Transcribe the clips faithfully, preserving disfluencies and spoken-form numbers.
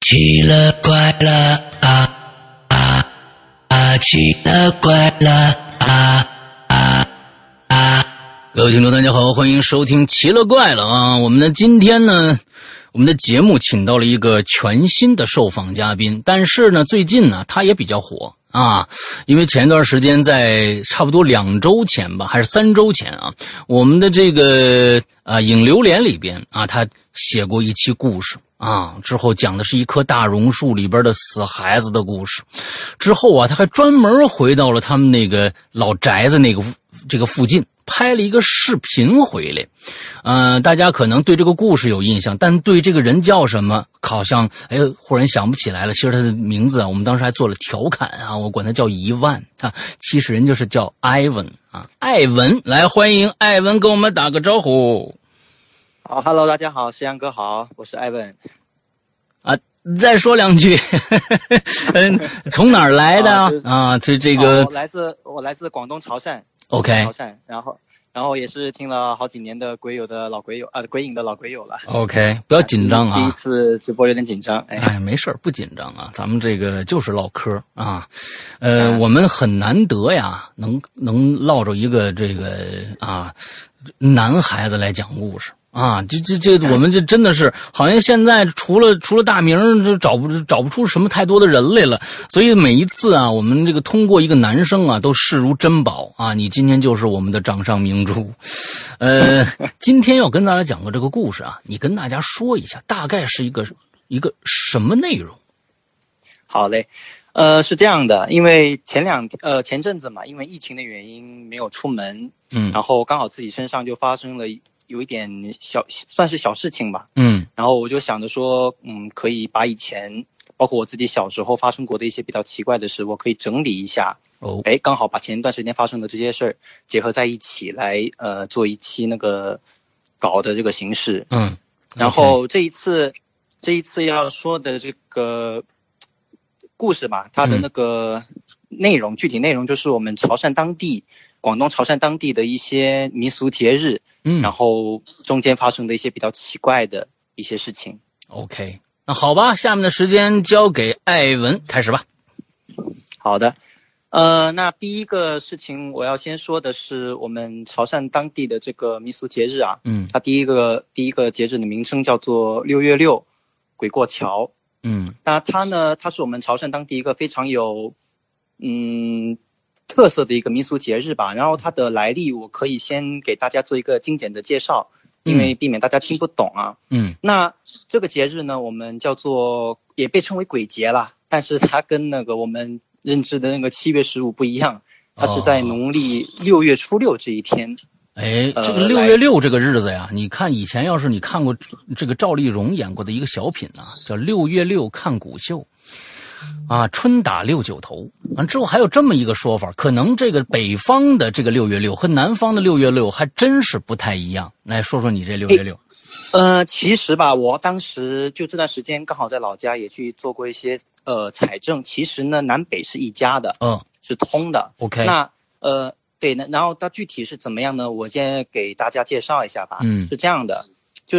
奇了怪了啊啊啊！奇了怪了啊啊啊！各位听众大家好，欢迎收听奇了怪了啊！我们的今天呢，我们的节目请到了一个全新的受访嘉宾，但是呢，最近呢，他也比较火啊，因为前一段时间在差不多两周前吧，还是三周前啊，我们的这个啊影榴莲里边啊，他写过一期故事。啊，之后讲的是一棵大榕树里边的死孩子的故事。之后啊，他还专门回到了他们那个老宅子那个这个附近，拍了一个视频回来。呃，大家可能对这个故事有印象，但对这个人叫什么，好像哎，忽然想不起来了。其实他的名字啊，我们当时还做了调侃啊，我管他叫一万啊，其实人就是叫艾文啊，艾文。来，欢迎艾文跟我们打个招呼。 好 ，Hello， 大家好，石阳哥好，我是艾文。 啊，再说两句，嗯，从哪儿来的啊？啊这这个、 哦、我来自我来自广东潮汕 ，OK， 潮汕，然后然后也是听了好几年的鬼友的老鬼友啊，鬼影的老鬼友了。 OK， 不要紧张啊， 第一次直播有点紧张，哎， 哎，没事不紧张啊，咱们这个就是唠嗑啊，呃，啊、我们很难得呀，能能唠着一个这个啊男孩子来讲故事。啊，这这这，我们这真的是好像现在除了除了大名，就找不找不出什么太多的人来了。所以每一次啊，我们这个通过一个男生啊，都视如珍宝啊。你今天就是我们的掌上明珠。呃，今天要跟大家讲个这个故事啊，你跟大家说一下，大概是一个一个什么内容？ 好嘞，呃，是这样的，因为前两呃前阵子嘛，因为疫情的原因没有出门，嗯，然后刚好自己身上就发生了。有一点小，算是小事情吧。嗯，然后我就想着说，嗯，可以把以前，包括我自己小时候发生过的一些比较奇怪的事，我可以整理一下。哦，哎，刚好把前一段时间发生的这些事儿结合在一起来，呃，做一期那个搞的这个形式。嗯，然后这一次，这一次要说的这个故事吧，它的那个内容，嗯、具体内容就是我们潮汕当地。广东潮汕当地的一些民俗节日，嗯，然后中间发生的一些比较奇怪的一些事情。 OK， 那好吧，下面的时间交给艾文，开始吧。 好的，呃，那第一个事情我要先说的是我们潮汕当地的这个民俗节日啊，嗯，它第一个第一个节日的名称叫做六月六鬼过桥，嗯，那它呢，它是我们潮汕当地一个非常有，嗯。特色的一个民俗节日吧，然后它的来历我可以先给大家做一个精简的介绍，因为避免大家听不懂啊。嗯，那这个节日呢，我们叫做也被称为鬼节啦，但是它跟那个我们认知的那个七月十五不一样，它是在农历六月初六这一天。 哎，这个六月六这个日子呀，你看以前要是你看过这个赵丽蓉演过的一个小品啊，叫六月六看古秀。啊，春打六九头，完之后还有这么一个说法，可能这个北方的这个六月六和南方的六月六还真是不太一样。来说说你这六月六。 呃，其实吧，我当时就这段时间刚好在老家也去做过一些呃采证，其实呢南北是一家的，嗯，是通的。OK， 那呃对，那然后它具体是怎么样呢？我先给大家介绍一下吧。嗯，是这样的，就是。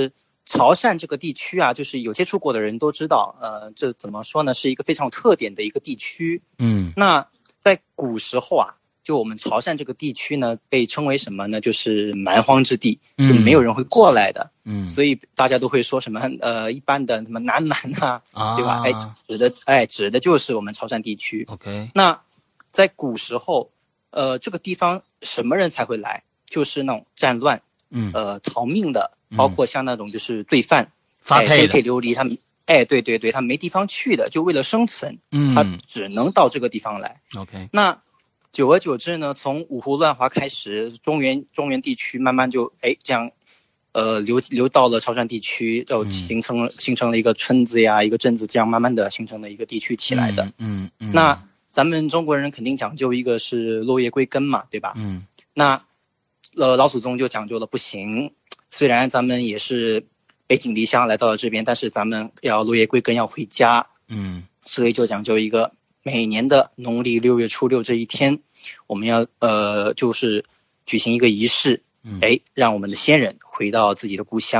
潮汕这个地区啊，就是有接触过的人都知道，呃，这怎么说呢，是一个非常有特点的一个地区。嗯，那在古时候啊，就我们潮汕这个地区呢，被称为什么呢？就是蛮荒之地，嗯，就没有人会过来的。嗯，所以大家都会说什么，呃，一般的什么南蛮啊，啊对吧？哎，指的哎指的就是我们潮汕地区。OK， 那在古时候，呃，这个地方什么人才会来？就是那种战乱，嗯，呃，逃命的。包括像那种就是罪犯， 发配的， 颠沛流离，他们，哎，对对对，他没地方去的，就为了生存，嗯，他只能到这个地方来。OK， 那久而久之呢，从五胡乱华开始，中原中原地区慢慢就哎这样，呃流流到了潮汕地区，就形成了、嗯、形成了一个村子呀，一个镇子，这样慢慢的形成了一个地区起来的。嗯 嗯, 嗯，那咱们中国人肯定讲究一个是落叶归根嘛，对吧？嗯，那呃老祖宗就讲究了，不行。虽然咱们也是背井离乡来到了这边，但是咱们要落叶归根，要回家。嗯，所以就讲究一个每年的农历六月初六这一天，我们要呃就是举行一个仪式，哎，让我们的先人回到自己的故乡，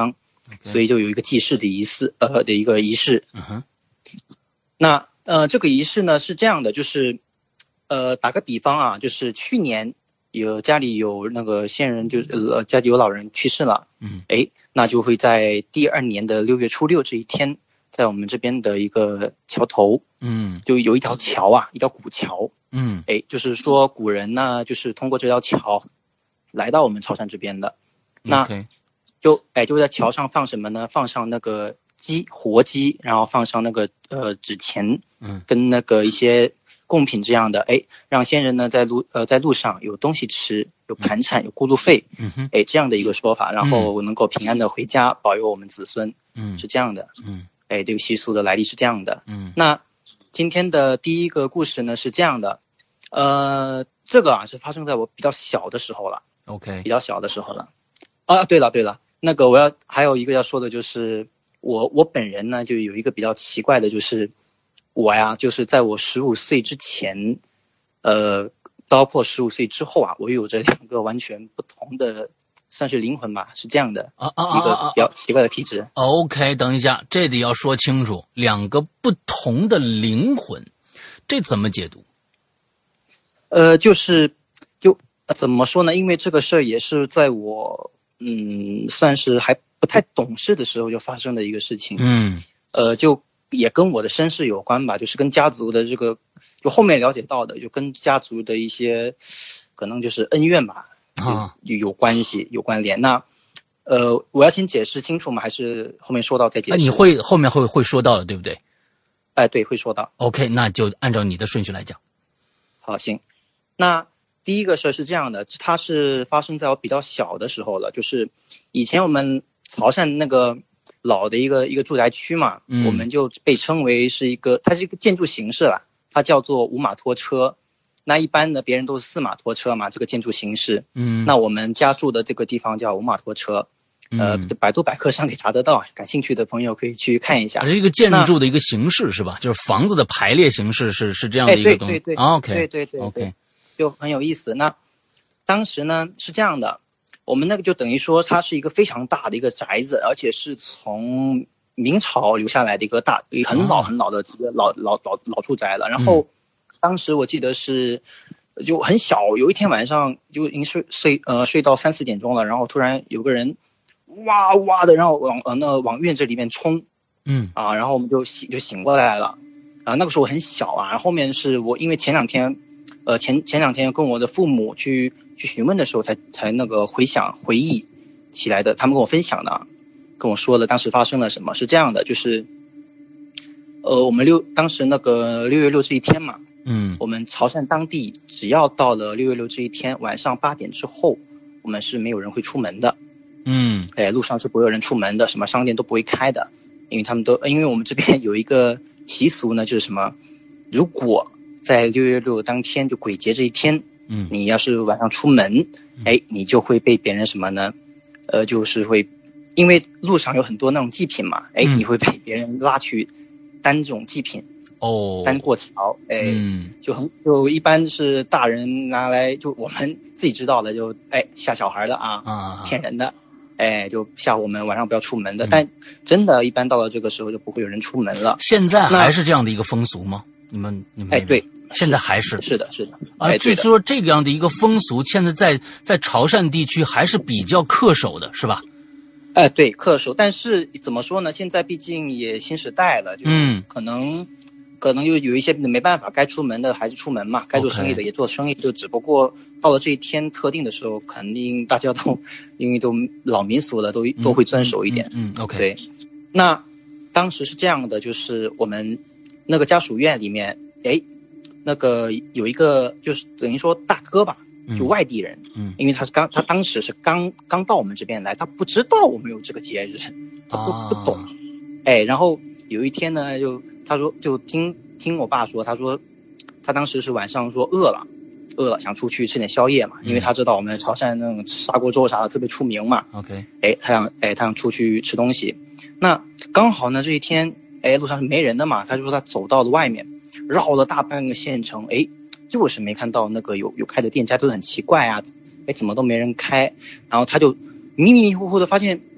，okay. 所以就有一个祭祀的仪式，呃的一个仪式。 嗯哼。 那呃这个仪式呢是这样的，就是呃打个比方啊，就是去年有家里有那个先人就呃家里有老人去世了， 嗯， 哎，那就会在第二年的六月初六这一天，在我们这边的一个桥头， 嗯， 就有一条桥啊，一条古桥， 嗯， 哎，就是说古人呢就是通过这条桥来到我们潮汕这边的，那 okay. 就哎就在桥上放什么呢？放上那个鸡，活鸡，然后放上那个呃纸钱， 嗯， 跟那个一些贡品这样的，哎，让先人呢在路呃在路上有东西吃，有盘缠，有过路费， 嗯哼， 哎，这样的一个说法，然后能够平安的回家，保佑我们子孙， 嗯， 是这样的， 嗯， 哎，这个习俗的来历是这样的， 嗯， 那今天的第一个故事呢是这样的，呃，这个啊是发生在我比较小的时候了 ，OK， 比较小的时候了，啊，对了对了，那个我要还有一个要说的就是我我本人呢就有一个比较奇怪的就是。我呀，就是在我十五岁之前，呃，包括十五岁之后啊，我有着两个完全不同的，算是灵魂吧，是这样的啊啊一个比较奇怪的体质。 OK， 等一下，这得要说清楚，两个不同的灵魂，这怎么解读？ 呃，就是就、呃、怎么说呢？因为这个事儿也是在我嗯，算是还不太懂事的时候就发生的一个事情。 嗯， 呃，就。也跟我的身世有关吧，就是跟家族的这个，就后面了解到的，就跟家族的一些，可能就是恩怨吧， 啊， 有有关系，有关联。那，呃，我要先解释清楚吗？还是后面说到再解释？ 啊、你会后面会会说到的，对不对？ 哎，对，会说到。 OK， 那就按照你的顺序来讲。 好，行。那第一个事是这样的，它是发生在我比较小的时候了，就是以前我们潮汕那个。老的一个一个住宅区嘛、嗯，我们就被称为是一个，它是一个建筑形式啦，它叫做五马拖车。那一般的别人都是四马拖车嘛，这个建筑形式。嗯，那我们家住的这个地方叫五马拖车。呃， 嗯、 百度百科上可以查得到，感兴趣的朋友可以去看一下。 它是一个建筑的一个形式是吧？就是房子的排列形式是是这样的一个东西。 哎、对对对、 啊、OK， 对对对 OK， 就很有意思。那当时呢是这样的，我们那个就等于说它是一个非常大的一个宅子，而且是从明朝留下来的一个大很老很老的一个老、哦、老老老住宅了。然后、嗯、当时我记得是就很小，有一天晚上就已经睡睡呃睡到三四点钟了，然后突然有个人哇哇的，然后往呃那往院子里面冲， 嗯啊，然后我们就醒就醒过来了啊。那个时候我很小啊，然后后面是我因为前两天呃前前两天跟我的父母去去询问的时候才才那个回想回忆起来的，他们跟我分享的。跟我说了当时发生了什么，是这样的，就是呃我们六当时那个六月六这一天嘛， 嗯， 我们潮汕当地只要到了六月六这一天晚上八点之后，我们是没有人会出门的， 嗯， 哎，路上是不会有人出门的，什么商店都不会开的，因为他们都因为我们这边有一个习俗呢，就是什么，如果在六月六当天就鬼节这一天， 嗯， 你要是晚上出门，哎，你就会被别人什么呢？呃，就是会。因为路上有很多那种祭品嘛，哎、嗯，你会被别人拉去担这种祭品， 哦， 担过桥，哎， 嗯， 就很就一般是大人拿来，就我们自己知道的，就哎吓小孩的啊， 啊， 骗人的，哎，就吓我们晚上不要出门的、嗯。但真的，一般到了这个时候就不会有人出门了。 现在还是这样的一个风俗吗？你们你们哎对， 现在还是是的是的， 啊，据说这个样的一个风俗，现在在在潮汕地区还是比较恪守的，是吧？ 哎，对，恪守，但是怎么说呢？现在毕竟也新时代了，就可能、嗯、可能就有一些没办法，该出门的还是出门嘛，该做生意的也做生意， okay. 就只不过到了这一天特定的时候，肯定大家都因为都老民俗了，都都会遵守一点。 嗯, 嗯, 嗯 ，OK。 对，那当时是这样的，就是我们那个家属院里面，哎，那个有一个就是等于说大哥吧。就外地人， 嗯， 因为他是刚，他当时是刚刚到我们这边来，他不知道我们有这个节日，他不、啊、不懂，哎，然后有一天呢，就他说，就听听我爸说，他说他当时是晚上说饿了，饿了想出去吃点宵夜嘛，因为他知道我们潮汕那种砂锅粥啥的特别出名嘛 ，OK， 哎，他想哎他想出去吃东西，那刚好呢这一天，哎路上是没人的嘛，他就说他走到了外面，绕了大半个县城，哎。就是没看到那个有有开的店家，都很奇怪啊，哎，怎么都没人开？然后他就迷迷糊糊的发现，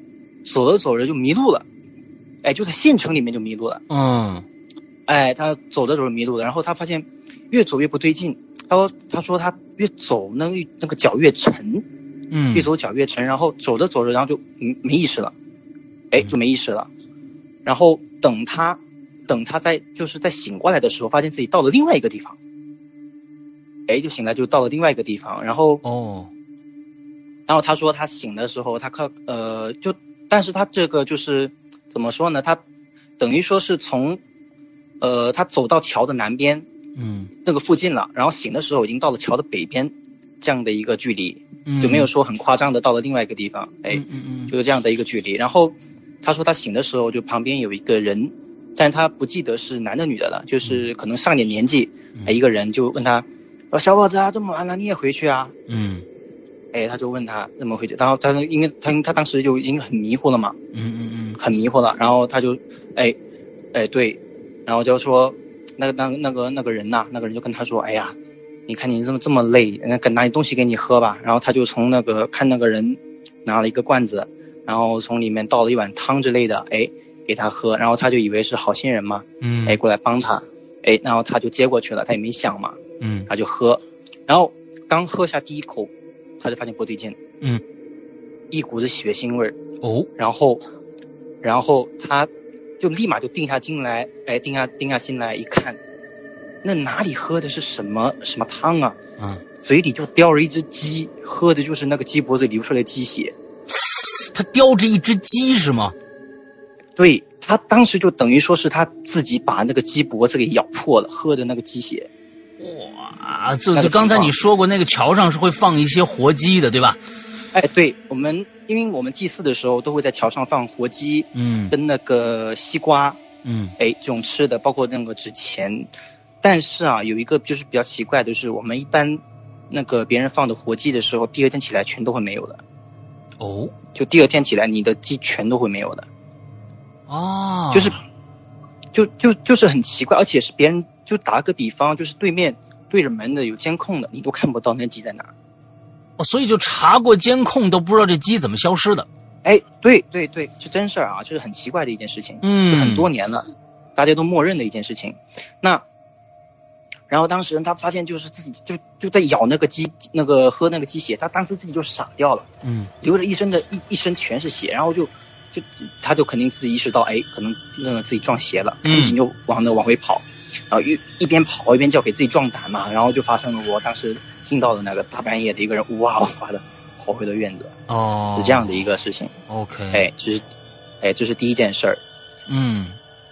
走着走着就迷路了，哎，就在县城里面就迷路了。 嗯， 哎，他走着走着迷路了，然后他发现越走越不对劲。他说他说他越走那个那个脚越沉， 嗯， 越走脚越沉，然后走着走着，然后就嗯没意识了，哎，就没意识了。然后等他等他在就是在醒过来的时候，发现自己到了另外一个地方。哎，就醒来就到了另外一个地方，然后哦， 然后他说他醒的时候，他靠呃就，但是他这个就是怎么说呢？他等于说是从呃他走到桥的南边， 嗯， 那个附近了，然后醒的时候已经到了桥的北边，这样的一个距离，嗯、就没有说很夸张的到了另外一个地方，哎， 嗯嗯就是这样的一个距离。然后他说他醒的时候就旁边有一个人，但他不记得是男的女的了，就是可能上点年纪，哎，一个人就问他。说小伙子啊，这么晚了你也回去啊？ 嗯， 哎，他就问他怎么回去，然后他因为他他当时就已经很迷糊了嘛， 嗯嗯嗯， 很迷糊了，然后他就，哎，哎对，然后就说那个那那个那个人呐、啊，那个人就跟他说，哎呀，你看你这么这么累，那拿点东西给你喝吧。然后他就从那个看那个人拿了一个罐子，然后从里面倒了一碗汤之类的，哎，给他喝，然后他就以为是好心人嘛， 嗯， 哎，过来帮他，哎，然后他就接过去了，他也没想嘛。 嗯， 他就喝，然后刚喝下第一口，他就发现不对劲， 嗯， 一股子血腥味儿， 哦， 然后，然后他就立马就定下心来，哎，定下定下心来一看，那哪里喝的是什么什么汤啊？ 嗯， 嘴里就叼着一只鸡，喝的就是那个鸡脖子流出来的鸡血。 他叼着一只鸡是吗？ 对，他当时就等于说是他自己把那个鸡脖子给咬破了，喝的那个鸡血。 哇，就就刚才你说过，那个桥上是会放一些活鸡的，对吧？ 哎，对，我们因为我们祭祀的时候都会在桥上放活鸡， 嗯， 跟那个西瓜， 嗯， 哎，这种吃的，包括那个纸钱。但是啊，有一个就是比较奇怪的是，我们一般那个别人放的活鸡的时候，第二天起来全都会没有的。 哦， 就第二天起来，你的鸡全都会没有的。 哦， 就是，就就就是很奇怪，而且是别人就打个比方，就是对面对着门的有监控的，你都看不到那鸡在哪。 哦，所以就查过监控都不知道这鸡怎么消失的。 哎，对对对，是真事儿啊，这是很奇怪的一件事情， 嗯， 很多年了，大家都默认的一件事情。那，然后当时他发现就是自己就就在咬那个鸡，那个喝那个鸡血，他当时自己就傻掉了， 嗯， 流着一身的一一身全是血，然后就就他就肯定自己意识到，哎，可能那个自己撞邪了，赶紧就往那往回跑，然后一一边跑一边叫给自己壮胆嘛，然后就发生了我当时听到的那个大半夜的一个人哇哇的跑回了院子， 哦， 是这样的一个事情。 OK， 哎，这是，哎，这是第一件事儿。 嗯，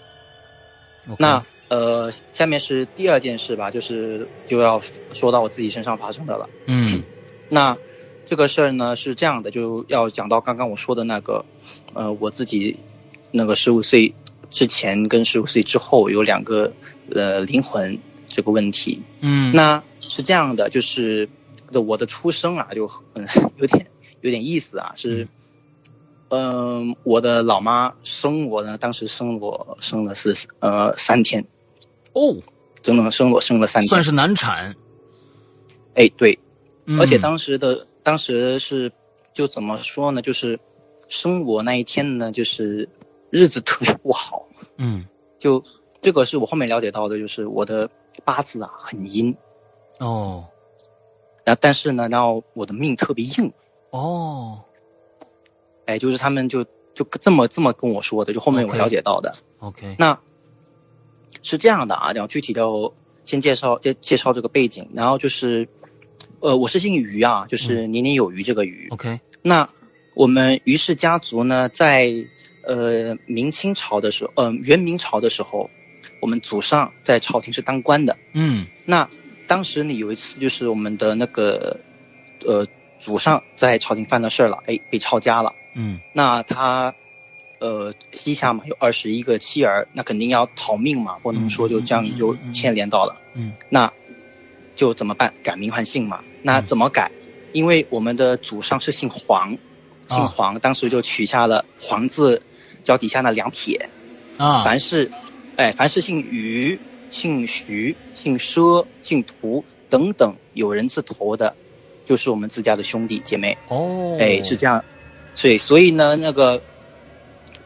okay. 那呃，下面是第二件事吧，就是就要说到我自己身上发生的了。 嗯， 那这个事儿呢是这样的，就要讲到刚刚我说的那个，呃，我自己那个十五岁之前跟十五岁之后有两个呃灵魂这个问题。 嗯， 那是这样的，就是我的出生啊，就嗯有点有点意思啊，是，嗯、呃，我的老妈生我呢，当时生我生了是呃三天， 哦， 整整生我生了三天， 算是难产。 哎，对， 嗯、 而且当时的当时是就怎么说呢，就是生我那一天呢，就是日子特别不好， 嗯， 就这个是我后面了解到的，就是我的八字啊很阴。 哦， 然后但是呢，然后我的命特别硬。 哦， 哎，就是他们就就这么这么跟我说的，就后面我了解到的。 OK， 那是这样的啊，然后具体的先介绍介介绍这个背景，然后就是，呃，我是姓于啊，就是年年有余这个余。 OK， 那我们于氏家族呢，在呃明清朝的时候，呃元明朝的时候，我们祖上在朝廷是当官的。 嗯， 那当时呢，有一次就是我们的那个，呃，祖上在朝廷犯了事儿了，哎，被抄家了。 嗯， 那他，呃，膝下嘛有二十一个妻儿，那肯定要讨命嘛，不能说就这样就牵连到了。 嗯， 那就怎么办？改名换姓嘛。那怎么改？因为我们的祖上是姓黄，姓黄，啊、当时就取下了黄字脚底下那两撇。啊，凡是，哎，凡是姓于、姓徐、姓佘、姓涂等等有人字头的，就是我们自家的兄弟姐妹。哦，哎，是这样，所以所以呢，那个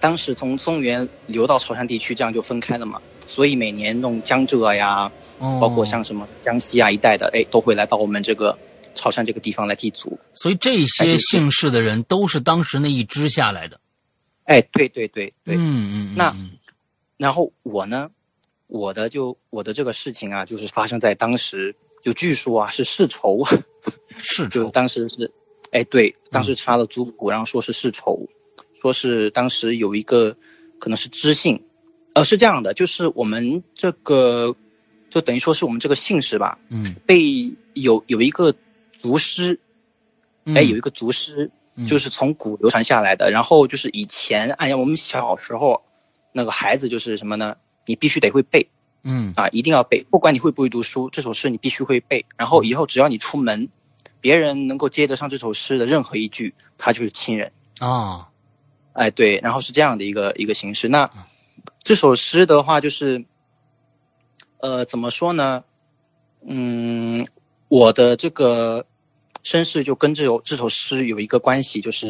当时从松原流到潮汕地区，这样就分开了嘛。所以每年那种江浙呀，哦、包括像什么江西啊一带的，哎，都会来到我们这个潮汕这个地方来祭祖。 所以这些姓氏的人都是当时那一支下来的。 哎，对对对对， 嗯嗯嗯。 那然后我呢，我的就我的这个事情啊，就是发生在当时，就据说啊是世仇， 世仇， 就当时是，哎对，当时查了族谱，然后说是世仇。说是当时有一个可能是支姓，呃，是这样的，就是我们这个就等于说是我们这个姓氏吧， 嗯， 被有有一个族师，哎，有一个族师， 嗯、 就是从古流传下来的。然后就是以前按照我们小时候那个孩子就是什么呢？你必须得会背， 嗯啊，一定要背，不管你会不会读书，这首诗你必须会背。然后以后只要你出门，别人能够接得上这首诗的任何一句，他就是亲人啊。哦哎，对，然后是这样的一个一个形式。那这首诗的话，就是，呃，怎么说呢？嗯，我的这个身世就跟这首这首诗有一个关系，就是，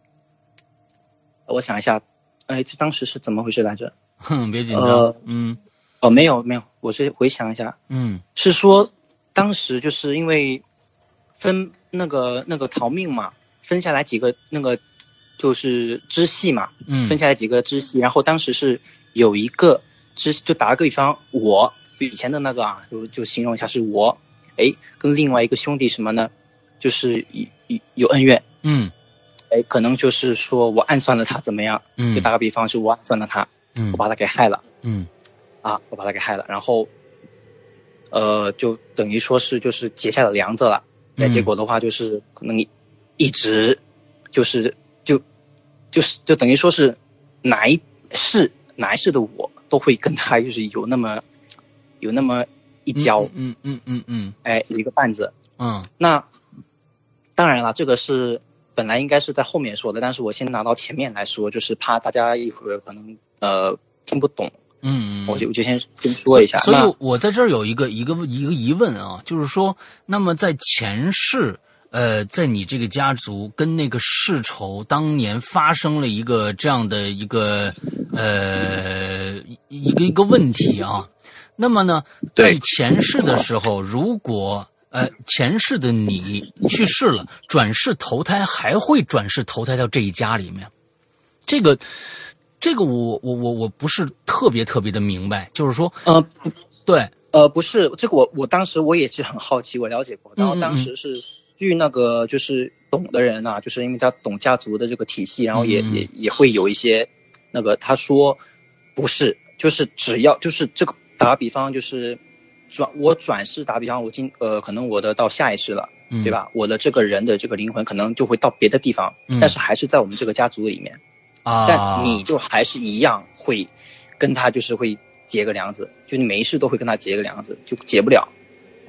我想一下，哎，这当时是怎么回事来着？ 哼，别紧张。 呃、 嗯， 哦，没有没有，我是回想一下。 嗯， 是说当时就是因为分那个那个逃命嘛，分下来几个那个。就是支系嘛， 嗯， 分下来几个支系，然后当时是有一个支系，就打个比方，我就以前的那个啊，就就形容一下是我，哎，跟另外一个兄弟什么呢，就是有有恩怨， 嗯， 哎，可能就是说我暗算了他怎么样， 嗯， 就打个比方是我暗算了他， 嗯， 我把他给害了， 嗯， 啊，我把他给害了，然后，呃，就等于说是就是结下了梁子了，那、嗯、结果的话就是可能一直就是。就就是就等于说是哪一世哪一世的我都会跟他就是有那么有那么一交， 嗯嗯嗯嗯， 哎，有一个绊子， 嗯， 那当然了，这个是本来应该是在后面说的，但是我先拿到前面来说，就是怕大家一会儿可能呃听不懂， 嗯， 我就我就先先说一下。 所以，所以我在这儿有一个一个一个疑问啊，就是说，那么在前世。呃，在你这个家族跟那个世仇当年发生了一个这样的一个呃一个一个问题啊。那么呢，在前世的时候，如果呃前世的你去世了，转世投胎还会转世投胎到这一家里面？这个这个我我我我不是特别特别的明白，就是说， 呃， 对， 呃，不是这个我我当时我也是很好奇，我了解过，然后当时是。嗯嗯据那个就是懂的人啊，就是因为他懂家族的这个体系，然后也、嗯、也也会有一些那个他说不是，就是只要就是这个打个比方就是转我转世打比方我今呃可能我的到下一世了， 嗯、 对吧？我的这个人的这个灵魂可能就会到别的地方， 嗯、 但是还是在我们这个家族里面啊， 但你就还是一样会跟他就是会结个梁子，就你每一世都会跟他结个梁子，就结不了。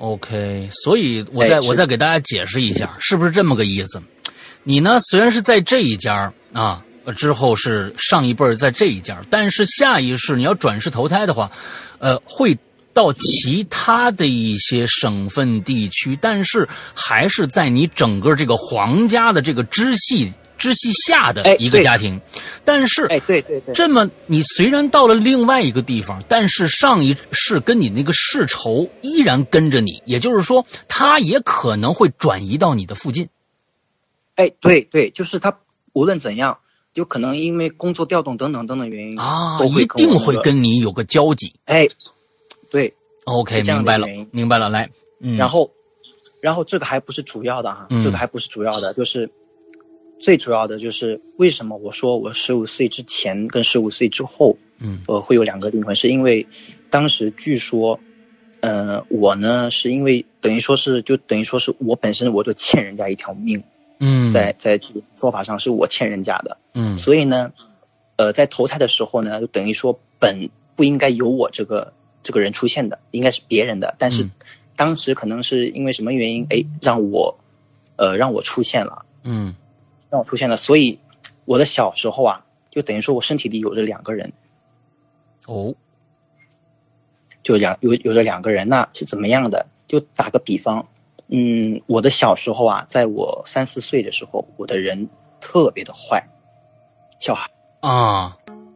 OK， 所以我再、哎、我再给大家解释一下，是不是这么个意思？你呢，虽然是在这一家啊，之后是上一辈在这一家，但是下一世你要转世投胎的话，呃，会到其他的一些省份地区，但是还是在你整个这个皇家的这个支系。支系下的一个家庭， 哎、 但是， 哎，对对对， 这么你虽然到了另外一个地方，但是上一世跟你那个世仇依然跟着你，也就是说，他也可能会转移到你的附近。 哎，对对，就是他无论怎样，有可能因为工作调动等等等等原因啊，一定会跟你有个交集。 哎，对 ，OK， 明白了，明白了，来，嗯， 然后，然后这个还不是主要的哈、啊嗯， 这个还不是主要的，就是。最主要的就是为什么我说我十五岁之前跟十五岁之后， 嗯， 呃，会有两个灵魂，是因为当时据说，呃，我呢是因为等于说是就等于说是我本身我就欠人家一条命， 嗯， 在在这个说法上是我欠人家的， 嗯， 所以呢，呃，在投胎的时候呢，就等于说本不应该有我这个这个人出现的，应该是别人的，但是当时可能是因为什么原因，哎，让我，呃，让我出现了， 嗯。 让我出现了，所以我的小时候啊，就等于说我身体里有着两个人， 哦， 就两有有着两个人，那是怎么样的？就打个比方，嗯，我的小时候啊，在我三四岁的时候，我的人特别的坏，小孩啊。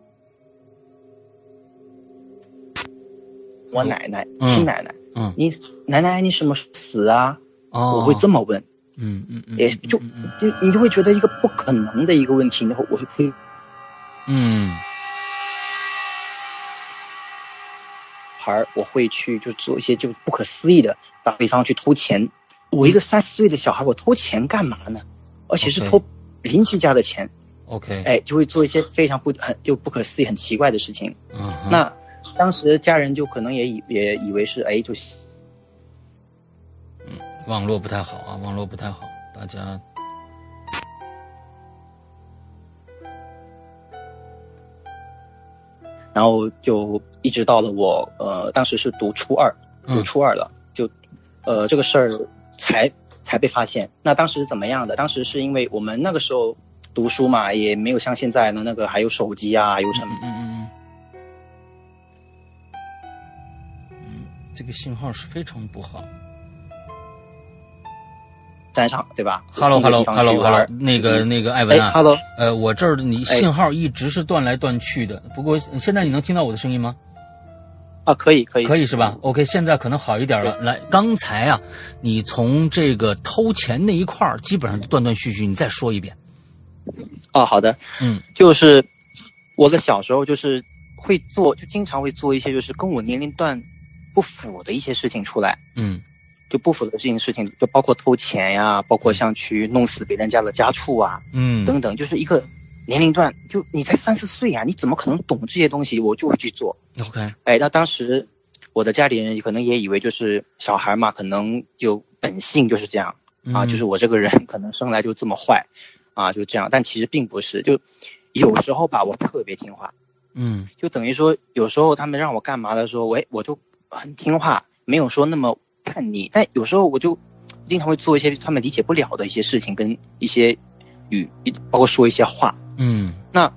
我奶奶，亲奶奶， 嗯， 你奶奶你什么时候死啊？ 哦， 我会这么问， 嗯嗯嗯， 也就就你就会觉得一个不可能的一个问题，然后我会， 嗯， 孩儿我会去就做一些就不可思议的，打比方去偷钱，我一个三四岁的小孩，我偷钱干嘛呢？而且是偷邻居家的钱 ，OK， 哎，就会做一些非常不很就不可思议、很奇怪的事情， 嗯， 那。当时家人就可能也以也以为是哎，就是， 嗯，网络不太好啊，网络不太好，大家， 然后就一直到了我呃，当时是读初二，读初二了，嗯、就呃这个事儿才才被发现。那当时是怎么样的？当时是因为我们那个时候读书嘛，也没有像现在的那个还有手机啊，有什么。 嗯嗯嗯。这个信号是非常不好。 山上对吧 ？Hello Hello Hello Hello， 那个那个艾文啊、 哎、，Hello， 呃，我这儿你信号一直是断来断去的，不过现在你能听到我的声音吗？ 啊，可以可以可以是吧 ？OK， 现在可能好一点了。来，刚才啊，你从这个偷钱那一块儿基本上断断续续，你再说一遍。 哦，好的， 嗯， 就是我的小时候就是会做，就经常会做一些就是跟我年龄段不符的一些事情出来， 嗯， 就不符的事情事情，就包括偷钱呀，包括像去弄死别人家的家畜啊， 嗯， 等等，就是一个年龄段，就你才三四岁啊，你怎么可能懂这些东西？我就会去做。 OK， 哎，那当时我的家里人可能也以为就是小孩嘛，可能就本性就是这样、嗯、啊，就是我这个人可能生来就这么坏啊，就这样，但其实并不是，就有时候吧，我特别听话， 嗯， 就等于说有时候他们让我干嘛的时候，我我就很听话，没有说那么叛逆，但有时候我就经常会做一些他们理解不了的一些事情，跟一些语，包括说一些话。 嗯， 那，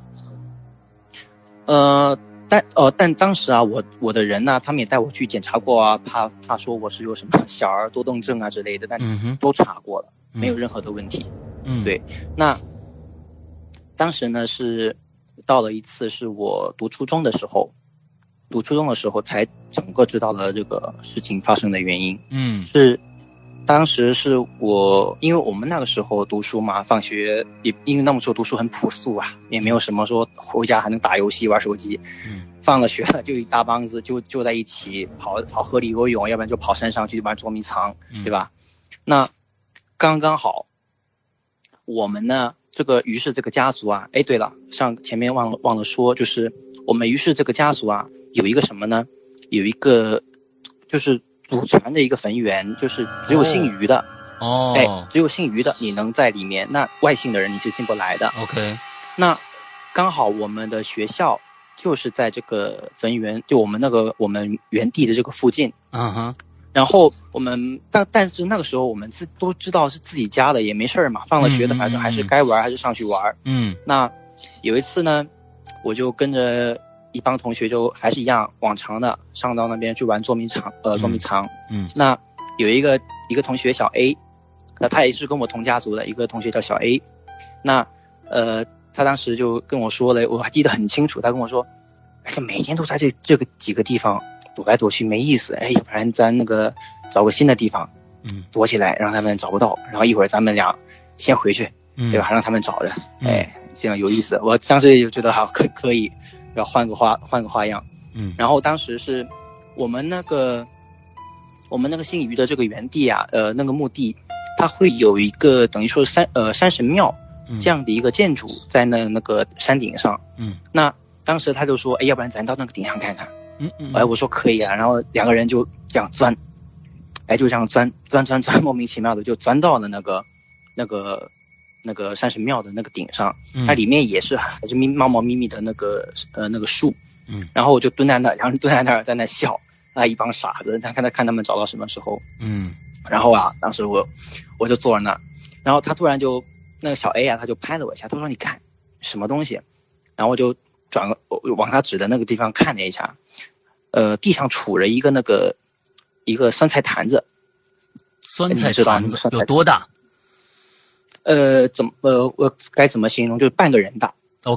呃，但呃，但当时啊，我我的人呢，他们也带我去检查过啊，怕怕说我是有什么小儿多动症啊之类的，但都查过了， 嗯、 没有任何的问题。 嗯， 对。那当时呢是到了一次是我读初中的时候。读初中的时候才整个知道了这个事情发生的原因。 嗯， 是当时是我，因为我们那个时候读书嘛，放学也因为那么时候读书很朴素啊，也没有什么说回家还能打游戏玩手机。 嗯， 放了学了就一大帮子就就在一起跑跑河里游泳，要不然就跑山上去玩捉迷藏，对吧？嗯、那刚刚好，我们呢这个于是这个家族啊，哎，对了，上前面忘了忘了说，就是我们于是这个家族啊。有一个什么呢？有一个就是祖传的一个坟园，就是只有姓于的哦， 哎，只有姓于的你能在里面，那外姓的人你是进不来的。 OK， 那刚好我们的学校就是在这个坟园，就我们那个我们园地的这个附近。 嗯哼。 然后我们但但是那个时候我们自都知道是自己家的，也没事儿嘛，放了学的反正还是该玩还是上去玩。 嗯。 那有一次呢，我就跟着。一帮同学就还是一样往常的上到那边去玩捉迷藏，呃，捉迷藏。 嗯。 那有一个一个同学小 A， 那他也是跟我同家族的一个同学叫小 A。那呃，他当时就跟我说了，我还记得很清楚，他跟我说，哎，这每天都在这这个几个地方躲来躲去没意思，哎，要不然咱那个找个新的地方， 嗯， 躲起来让他们找不到，然后一会儿咱们俩先回去， 嗯， 对吧？让他们找着， 嗯、 哎，这样有意思。我当时就觉得好，可可以。要换个花换个花样， 嗯， 然后当时是我们那个我们那个姓于的这个园地啊，呃，那个墓地，它会有一个等于说山呃山神庙这样的一个建筑在那那个山顶上， 嗯， 那当时他就说，哎，要不然咱到那个顶上看看， 嗯嗯， 哎，我说可以啊，然后两个人就这样钻，哎，就这样钻钻钻钻，莫名其妙的就钻到了那个那个。那个山神庙的那个顶上，它里面也是还是密茂茂密密的那个呃那个树， 嗯， 然后我就蹲在那，然后蹲在那儿在那笑，啊，一帮傻子，他看他看他们找到什么时候， 嗯， 然后啊，当时我我就坐在那，然后他突然就那个小 A 啊，他就拍了我一下，他说你看什么东西，然后我就转个往他指的那个地方看了一下，呃，地上杵着一个那个一个酸菜坛子， 酸菜坛子有多大？ 呃，怎么呃，我该怎么形容？就是半个人大。 OK，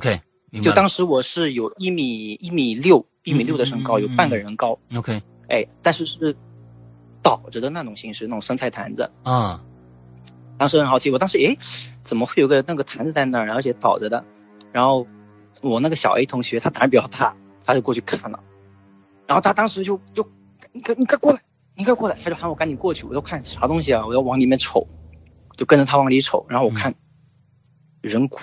就当时我是有一米一米六一米六的身高，嗯嗯嗯嗯有半个人高。 OK， 哎，但是是倒着的那种形式，那种生菜坛子啊。 当时很好奇，我当时诶，怎么会有个那个坛子在那儿，而且倒着的？然后我那个小 A 同学他当然比较怕，他就过去看了，然后他当时就就你快你快过来，你快过来，他就喊我赶紧过去，我就看啥东西啊，我要往里面瞅，就跟着他往里瞅，然后我看、嗯、人骨。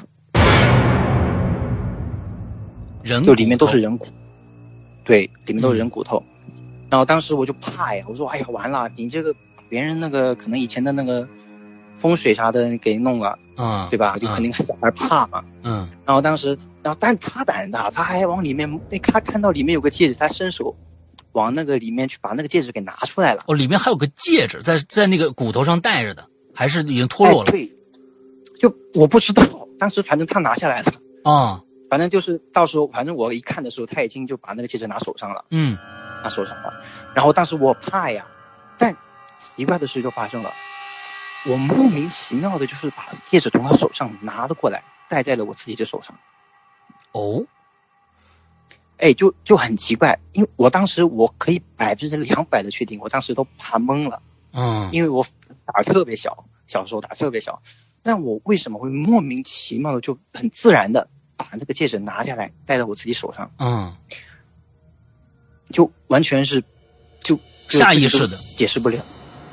人就里面都是人骨，对，里面都是人骨头、嗯、然后当时我就怕呀，我说哎呀完了，你这个别人那个可能以前的那个风水啥的给弄了， 嗯， 对吧？就肯定小孩怕嘛， 嗯。 然后当时，然后但他胆大，他还往里面，他看到里面有个戒指，他伸手往那个里面去把那个戒指给拿出来了。 哦，里面还有个戒指在在那个骨头上戴着的，还是已经脱落了？ 哎、对，就我不知道，当时反正他拿下来了啊。 反正就是到时候，反正我一看的时候，他已经就把那个戒指拿手上了， 嗯， 拿手上了。然后当时我怕呀，但奇怪的事就发生了，我莫名其妙的就是把戒指从他手上拿了过来，戴在了我自己的手上。 哦， 哎，就就很奇怪，因为我当时我可以百分之两百的确定，我当时都怕懵了， 嗯， 因为我胆儿特别小，小时候胆儿特别小，但我为什么会莫名其妙的就很自然的把那个戒指拿下来戴在我自己手上？ 嗯， 就完全是就下意识的解释不了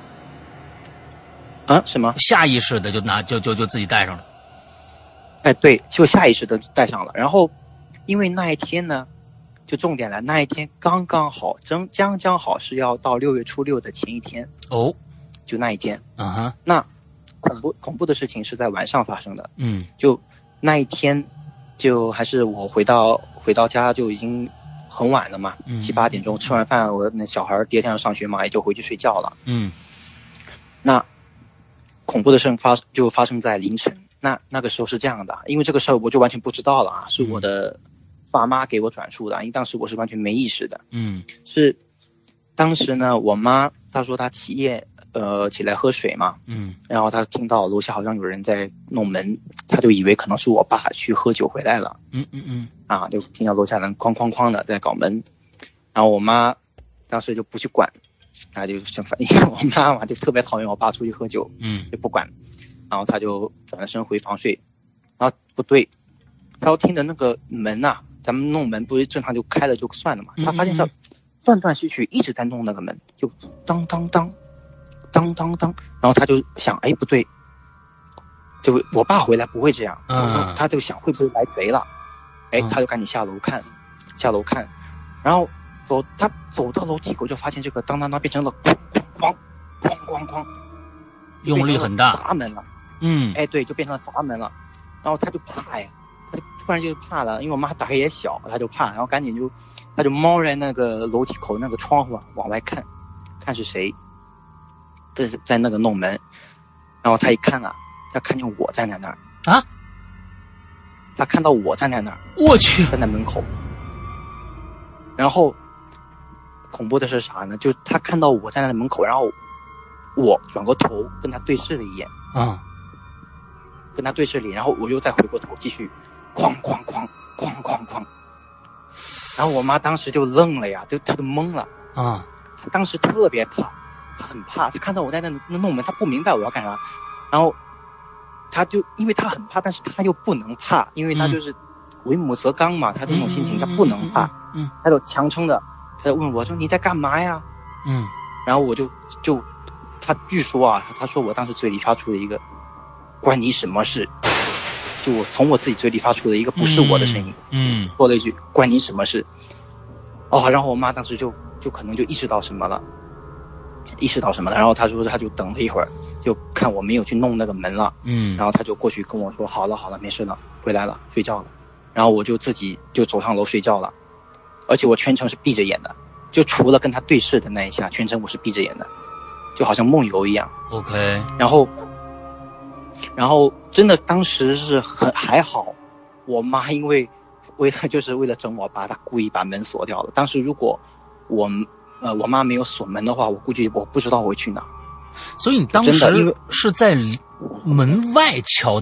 啊？什么？ 下意识的就拿就就就自己戴上了？ 哎，对，就下意识的戴上了。然后，因为那一天呢，就重点来，那一天刚刚好，将将将好是要到六月初六的前一天哦， 就那一天。 嗯哼， 那恐怖恐怖的事情是在晚上发生的。 嗯， 就那一天，就还是我回到回到家就已经很晚了嘛， 嗯、 七八点钟吃完饭，我那小孩第二天要上学嘛，也就回去睡觉了。 嗯， 那恐怖的事发就发生在凌晨。那那个时候是这样的，因为这个事儿我就完全不知道了啊，是我的爸妈给我转述的，因为当时我是完全没意识的。 嗯， 是当时呢，我妈她说她起夜呃起来喝水嘛， 嗯， 然后她听到楼下好像有人在弄门，她就以为可能是我爸去喝酒回来了。 嗯嗯嗯， 啊，就听到楼下人哐哐哐的在搞门，然后我妈当时就不去管，啊就相反，因为我妈妈就特别讨厌我爸出去喝酒， 嗯， 就不管。然后他就转身回房睡，然后不对，然后听着那个门呐、啊，咱们弄门不是正常就开了就算了嘛，他发现他断断续续一直在弄那个门，就当当当，当当当，然后他就想，哎不对，就我爸回来不会这样， 嗯， 他就想会不会来贼了，哎，他就赶紧下楼看，下楼看，然后走他走到楼梯口就发现这个当当当变成了哐哐哐哐哐， 用力很大， 砸门了。 嗯， 哎，对，就变成了砸门了，然后他就怕呀，他就突然就怕了，因为我妈胆儿也小，他就怕，然后赶紧就，他就猫在那个楼梯口那个窗户啊往外看，看是谁，这是在那个弄门，然后他一看啊，他看见我站在那儿啊， 他看到我站在那儿， 我去， 站在门口，然后恐怖的是啥呢？就他看到我站在门口，然后我转过头跟他对视了一眼， 啊。 跟他对视里，然后我又再回过头继续哐哐哐哐哐哐，然后我妈当时就愣了呀，就她就懵了啊， 她当时特别怕，她很怕，她看到我在那那弄门，她不明白我要干啥，然后她就因为她很怕，但是她又不能怕，因为她就是为母则刚嘛，她这种心情她不能怕， 嗯， 她就强撑的，她就问我说你在干嘛呀？ 嗯， 然后我就就她据说啊，她说我当时嘴里发出了一个关你什么事？就我从我自己嘴里发出的一个不是我的声音， 嗯， 说了一句关你什么事？哦，然后我妈当时就就可能就意识到什么了，意识到什么了，然后她说她就等了一会儿，就看我没有去弄那个门了， 嗯， 然后她就过去跟我说好了好了没事了，回来了睡觉了，然后我就自己就走上楼睡觉了，而且我全程是闭着眼的，就除了跟她对视的那一下，全程我是闭着眼的，就好像梦游一样。 OK， 然后。然后真的当时是很还好，我妈因为为了就是为了整我爸，她故意把门锁掉了。当时如果我呃我妈没有锁门的话，我估计我不知道我会去哪。 所以你当时是在门外敲的门，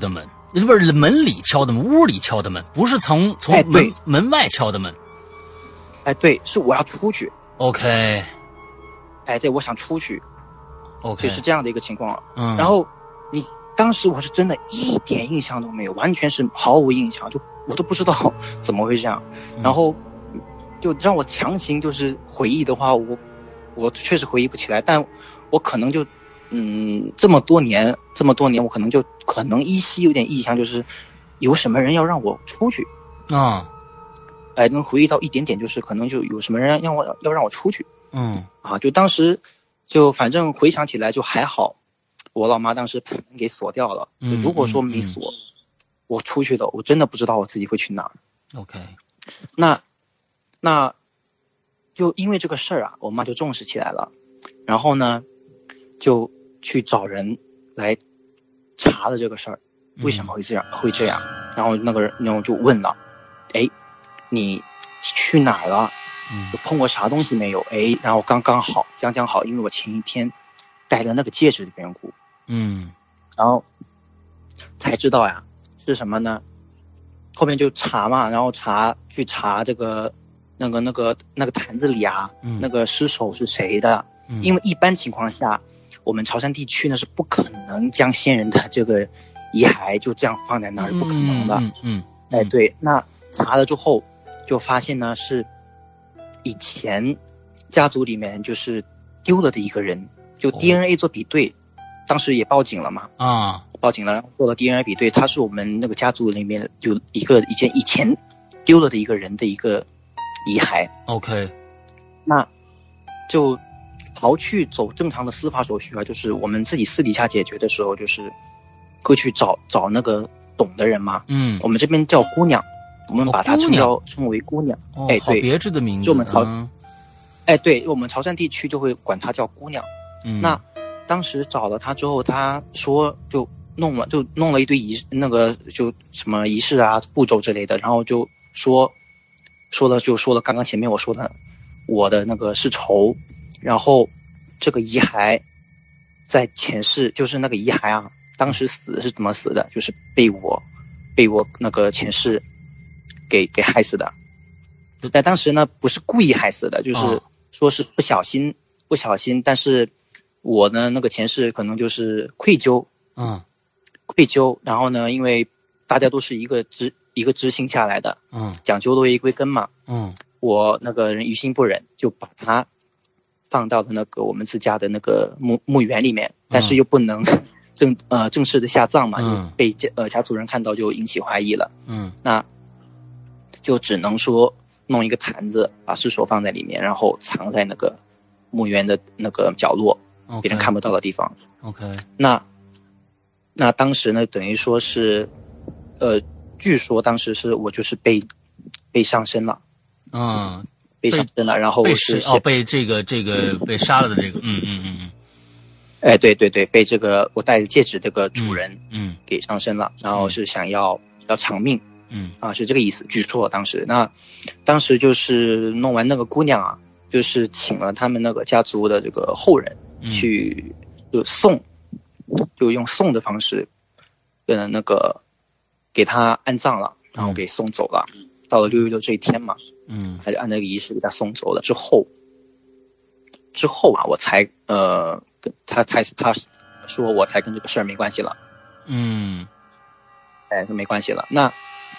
不是门里敲的门，屋里敲的门，不是从从门、哎、门外敲的门。 哎，对，是我要出去。 OK。 哎，对，我想出去。 OK。 就是这样的一个情况。 嗯。 然后你当时我是真的一点印象都没有，完全是毫无印象，就我都不知道怎么会这样。 嗯、 然后就让我强行就是回忆的话，我我确实回忆不起来，但我可能就。嗯，这么多年，这么多年，我可能就可能依稀有点印象，就是有什么人要让我出去啊， 哎，能回忆到一点点，就是可能就有什么人让我要让我出去， 嗯， 啊，就当时就反正回想起来就还好，我老妈当时把门给锁掉了， 嗯， 如果说没锁， 嗯嗯、 我出去的，我真的不知道我自己会去哪儿。 OK， 那那就因为这个事儿啊，我妈就重视起来了，然后呢，就。去找人来查了这个事儿，为什么会这样、嗯、会这样？然后那个人，然后就问了，哎，你去哪儿了？ 嗯， 有碰过啥东西没有？哎，然后刚刚好，刚刚好，因为我前一天戴了那个戒指的缘故， 嗯， 然后才知道呀，是什么呢？后面就查嘛，然后查去查这个那个那个那个坛子里啊， 嗯、 那个尸首是谁的？ 嗯、 因为一般情况下。我们潮汕地区呢是不可能将先人的这个遗骸就这样放在那儿，不可能的。 嗯嗯， 哎，对，那查了之后就发现呢是以前家族里面就是丢了的一个人，就 D N A 做比对，哦、当时也报警了嘛。 啊， 报警了，然后做了 D N A 比对，他是我们那个家族里面有一个以前以前丢了的一个人的一个遗骸。 OK， 那就。刨去走正常的司法手续啊，就是我们自己私底下解决的时候，就是会去找找那个懂的人嘛。 嗯， 我们这边叫姑娘，我们把它称叫、哦、称为姑娘。 哦， 哎，对， 好别致的名字。 就我们潮， 嗯、 哎，对，我们潮汕地区就会管她叫姑娘。 嗯， 那当时找了她之后，她说就弄了，就弄了一堆仪那个就什么仪式啊、步骤之类的，然后就说说了就说了刚刚前面我说的我的那个世仇。然后这个遗骸在前世，就是那个遗骸啊，当时死是怎么死的？就是被我被我那个前世给给害死的。但当时呢不是故意害死的，就是说是不小心、哦、不小心，但是我呢那个前世可能就是愧疚， 嗯， 愧疚，然后呢因为大家都是一个知一个知心下来的， 嗯， 讲究落叶归根嘛， 嗯， 我那个人于心不忍，就把他放到了那个我们自家的那个墓墓园里面，但是又不能正呃正式的下葬嘛， 嗯、 就被家呃家族人看到就引起怀疑了， 嗯， 那就只能说弄一个坛子，把尸首放在里面，然后藏在那个墓园的那个角落， okay, 别人看不到的地方。 OK， 那那当时呢，等于说是，呃，据说当时是我就是被被上身了， 嗯。 被上身了，然后被是哦，被这个这个被杀了的这个，嗯嗯嗯嗯， 哎，对对对，被这个我戴着戒指这个主人， 嗯， 给上身了，然后是想要、嗯、要偿命， 嗯啊，是这个意思。据说当时，那当时就是弄完那个姑娘啊，就是请了他们那个家族的这个后人去就送，嗯、就用送的方式，呃，那个给他安葬了，然后给送走了。嗯、到了六一六这一天嘛。 嗯， 还是按那个仪式给他送走了之后，之后啊，我才呃跟他才他说我才跟这个事儿没关系了。 嗯， 哎，就没关系了。那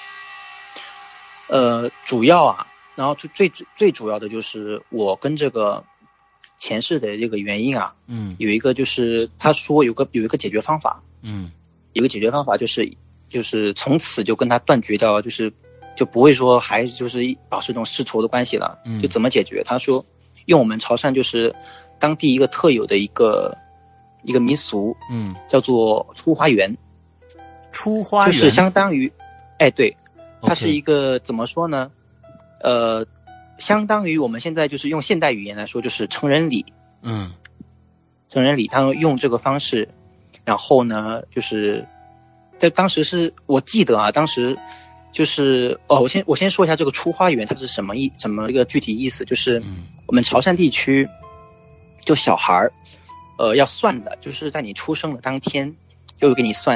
呃，主要啊，然后最最最主要的就是我跟这个前世的这个原因啊， 嗯， 有一个就是他说有个有一个解决方法， 嗯， 有个解决方法就是就是从此就跟他断绝掉，就是。就不会说还就是保持这种世仇的关系了，就怎么解决？他说用我们潮汕就是当地一个特有的一个一个民俗， 嗯， 叫做出花园。 出花园就是相当于，哎，对，它是一个、okay. 怎么说呢？呃，相当于我们现在就是用现代语言来说，就是成人礼， 嗯， 成人礼，他们用这个方式，然后呢，就是在当时是我记得啊，当时。就是哦，我先我先说一下这个出花园它是什么意什么一个具体意思，就是我们潮汕地区就小孩儿，呃要算的，就是在你出生的当天就给你算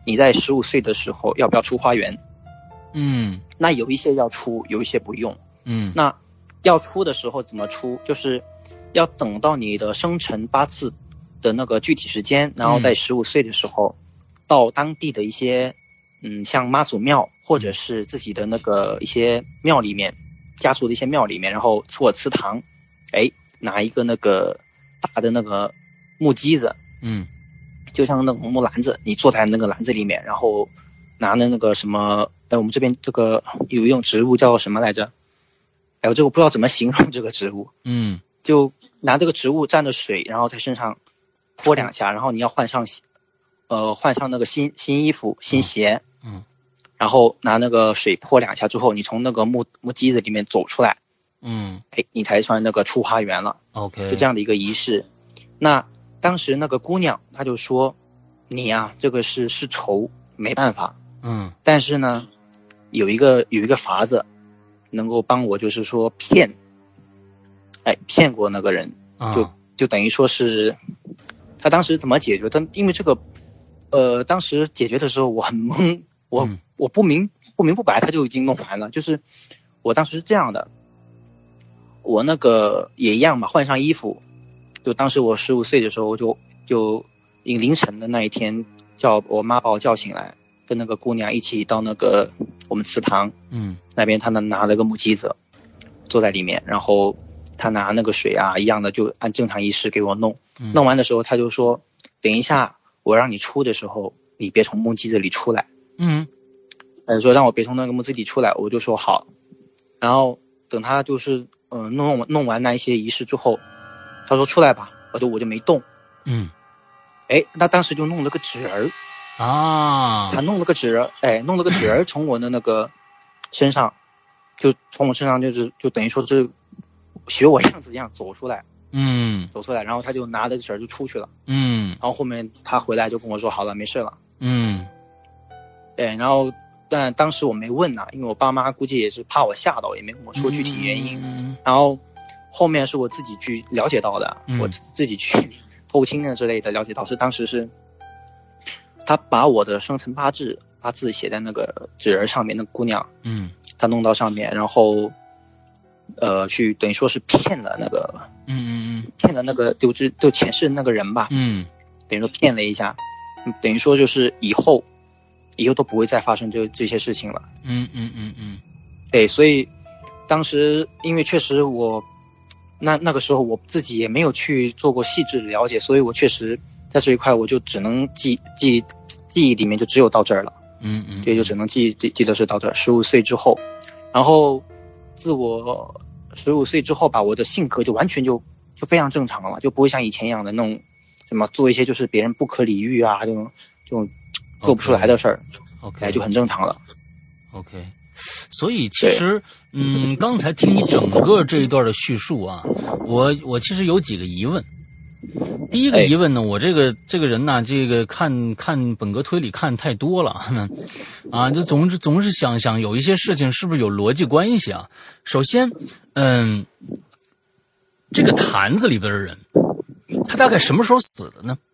你在十五岁的时候要不要出花园？ 嗯， 那有一些要出，有一些不用。 嗯， 那要出的时候怎么出？就是要等到你的生辰八字的那个具体时间，然后在十五岁的时候，到当地的一些，嗯，像妈祖庙或者是自己的那个一些庙里面，家族的一些庙里面，然后或祠堂，哎，拿一个那个大的那个木屐子， 嗯，就像那种木篮子，你坐在那个篮子里面，然后拿的那个什么，哎，我们这边这个有一种植物叫什么来着？哎，我这个不知道怎么形容这个植物。 嗯， 就拿这个植物蘸着水，然后在身上泼两下，然后你要换上，呃，换上那个新新衣服、新鞋， 嗯，嗯然后拿那个水泼两下之后，你从那个木木屐子里面走出来， 嗯， 哎，你才算那个出花园了。 OK， 就这样的一个仪式。那当时那个姑娘她就说：“你呀、啊，这个是是仇，没办法。 嗯， 但是呢，有一个有一个法子，能够帮我，就是说骗，哎，骗过那个人， 啊、 就就等于说是，他当时怎么解决？但因为这个，呃，当时解决的时候我很懵，我、嗯、我不明不明不白，他就已经弄完了。就是我当时是这样的，我那个也一样嘛，换上衣服。”就当时我十五岁的时候就，就就凌晨的那一天，叫我妈把我叫醒来，跟那个姑娘一起到那个我们祠堂， 嗯， 那边她呢拿了个木屐子，坐在里面，然后她拿那个水啊一样的就按正常仪式给我弄， 嗯、 弄完的时候她就说，等一下我让你出的时候，你别从木屐子里出来， 嗯， 她说让我别从那个木屐里出来，我就说好，然后等她就是嗯、呃、弄弄完那一些仪式之后。他说出来吧，我就我就没动。 嗯， 哎，他当时就弄了个纸人啊， 他弄了个纸人，哎，弄了个纸人从我的那个身上，就从我身上就是就等于说是学我样子一样走出来， 嗯， 走出来，然后他就拿着纸人就出去了， 嗯， 然后后面他回来就跟我说好了，没事了， 嗯， 对，然后但当时我没问呐、啊，因为我爸妈估计也是怕我吓到，也没跟我说具体原因， 嗯、 然后。后面是我自己去了解到的， 嗯、 我自己去偷听的之类的了解到，是当时是他把我的生辰八字八字写在那个纸人上面，那个姑娘， 嗯， 她弄到上面，然后呃去等于说是骗了那个， 嗯嗯嗯， 骗了那个就就就前世那个人吧， 嗯， 等于说骗了一下，等于说就是以后以后都不会再发生这这些事情了， 嗯嗯嗯嗯， 对，所以当时因为确实我。那那个时候我自己也没有去做过细致的了解，所以我确实在这一块我就只能记记记忆里面就只有到这儿了， 嗯嗯， 对，就只能记记记得是到这儿。十五岁之后，然后自我十五岁之后吧，我的性格就完全就就非常正常了，就不会像以前一样的那种什么做一些就是别人不可理喻啊这种这种做不出来的事儿 ，OK， 哎，就很正常了 ，OK。所以其实，嗯，刚才听你整个这一段的叙述啊，我我其实有几个疑问。第一个疑问呢，我这个这个人呢，这个看看本格推理看太多了，啊，就总是总是想想有一些事情是不是有逻辑关系啊？首先，嗯，这个坛子里边的人，他大概什么时候死的呢？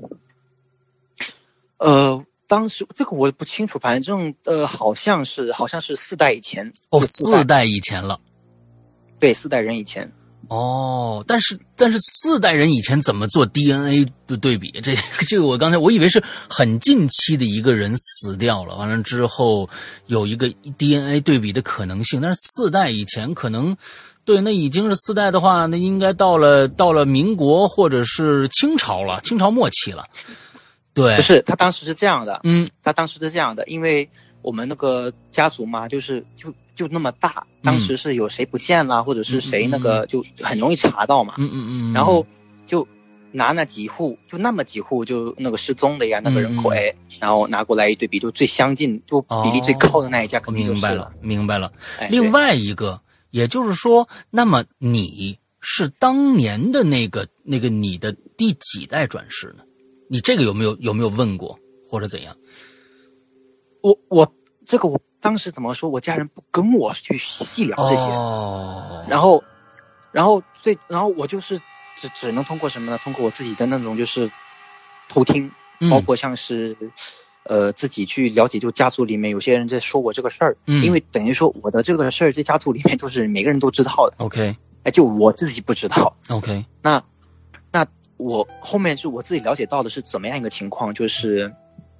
呃。当时这个我不清楚，反正呃，好像是好像是四代以前哦，四代以前了， 对，四代人以前哦，但是但是四代人以前怎么做 D N A 的对比？这这个我刚才我以为是很近期的一个人死掉了，完了之后有一个 D N A 对比的可能性，但是四代以前可能对，那已经是四代的话，那应该到了到了民国或者是清朝了，清朝末期了。对， 不是他当时是这样的， 嗯， 他当时是这样的，因为我们那个家族嘛，就是就就那么大，当时是有谁不见了，嗯、或者是谁那个就很容易查到嘛， 嗯嗯嗯， 然后就拿那几户，就那么几户就那个失踪的呀，那个人口哎、嗯，然后拿过来一对比，就最相近，就比例最高的那一家肯定就是了。 明白了，明白了。 哎、 另外一个，也就是说，那么你是当年的那个那个你的第几代转世呢？你这个有没有有没有问过或者怎样？ 我我这个我当时怎么说？我家人不跟我去细聊这些， 哦、 然后然后最然后我就是只只能通过什么呢？通过我自己的那种就是偷听，包括像是、 呃自己去了解，就家族里面有些人在说我这个事儿，嗯，因为等于说我的这个事儿在家族里面都是每个人都知道的 ，OK， 哎，就我自己不知道 ，OK， 那那我后面是我自己了解到的是怎么样一个情况，就是，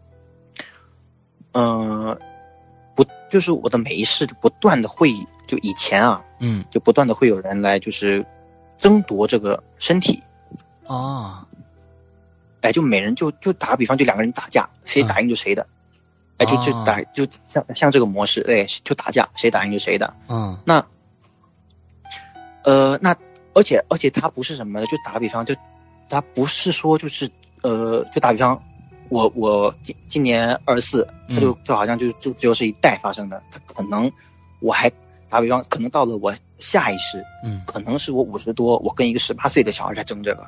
嗯、呃，不，就是我的每一世就不断的会，就以前啊， 嗯， 就不断的会有人来就是争夺这个身体， 哦， 哎，就每人就就打个比方，就两个人打架，谁打赢就谁的，嗯、哎，就就打就像像这个模式，哎，就打架，谁打赢就谁的， 嗯， 那，呃，那而且而且他不是什么的，就打个比方，就他不是说就是呃，就打比方。我我今今年二十四，他就就好像就就只有是一代发生的，他可能我还打比方，可能到了我下一世， 嗯， 可能是我五十多，我跟一个十八岁的小孩在争这个。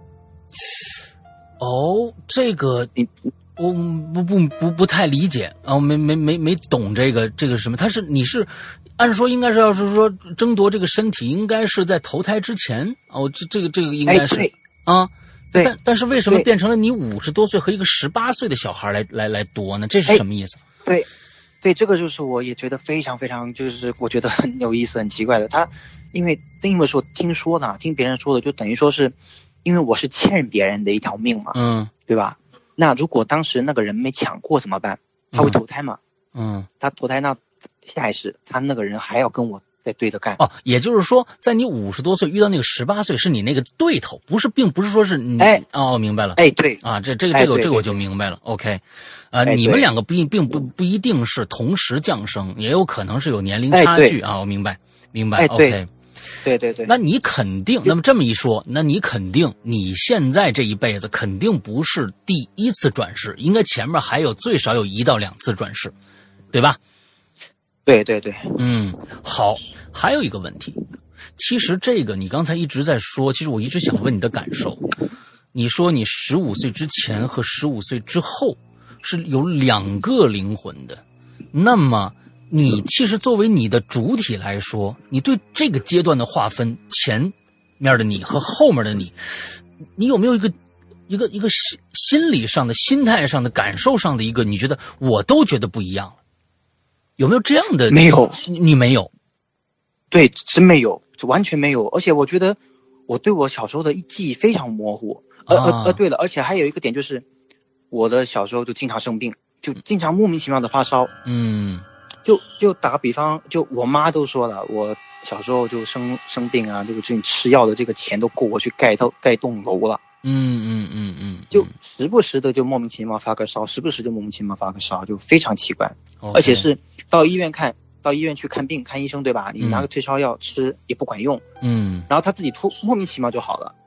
哦，这个你我不不不不太理解啊，我没没没没懂这个这个什么，他是你是按说应该是要是说争夺这个身体，应该是在投胎之前哦，这这个这个应该是、 哎、 啊。 对， 但但是为什么变成了你五十多岁和一个十八岁的小孩来来来夺呢？这是什么意思？ 对，对，这个就是我也觉得非常非常，就是我觉得很有意思、很奇怪的。他因为因为说听说的，听别人说的，就等于说是，因为我是欠别人的一条命嘛， 嗯， 对吧？那如果当时那个人没抢过怎么办？他会投胎嘛？ 嗯， 他投胎那下一世他那个人还要跟我。在对着干哦，也就是说，在你五十多岁遇到那个十八岁，是你那个对头，不是，并不是说是你。 哎， 哦，明白了。 哎，对啊，这这个这个这个我就明白了。OK， 呃， 哎、 你们两个不并不不一定是同时降生，也有可能是有年龄差距、哎、啊。我明白，明白。 哎、 OK， 对对对。 那你肯定，那么这么一说，那你肯定你现在这一辈子肯定不是第一次转世，应该前面还有最少有一到两次转世，对吧？ 对对对， 嗯，好，还有一个问题，其实这个你刚才一直在说，其实我一直想问你的感受。你说你十五岁之前和十五岁之后是有两个灵魂的，那么你其实作为你的主体来说，你对这个阶段的划分，前面的你和后面的你，你有没有一个一个一个心心理上的、心态上的、感受上的一个，你觉得我都觉得不一样了？有没有这样的？ 没有， 你没有。 对，真没有，完全没有。而且我觉得我对我小时候的记忆非常模糊。呃、啊、呃呃，对了，而且还有一个点就是，我的小时候就经常生病，就经常莫名其妙的发烧。 嗯， 就就打个比方，就我妈都说了，我小时候就生生病啊，就就吃药的这个钱都够我去盖栋盖栋楼了。 嗯嗯嗯嗯， 就时不时的就莫名其妙发个烧，时不时就莫名其妙发个烧，就非常奇怪。 Okay. 而且是到医院看，到医院去看病看医生，对吧？你拿个退烧药吃也不管用， 嗯， 然后他自己突莫名其妙就好了。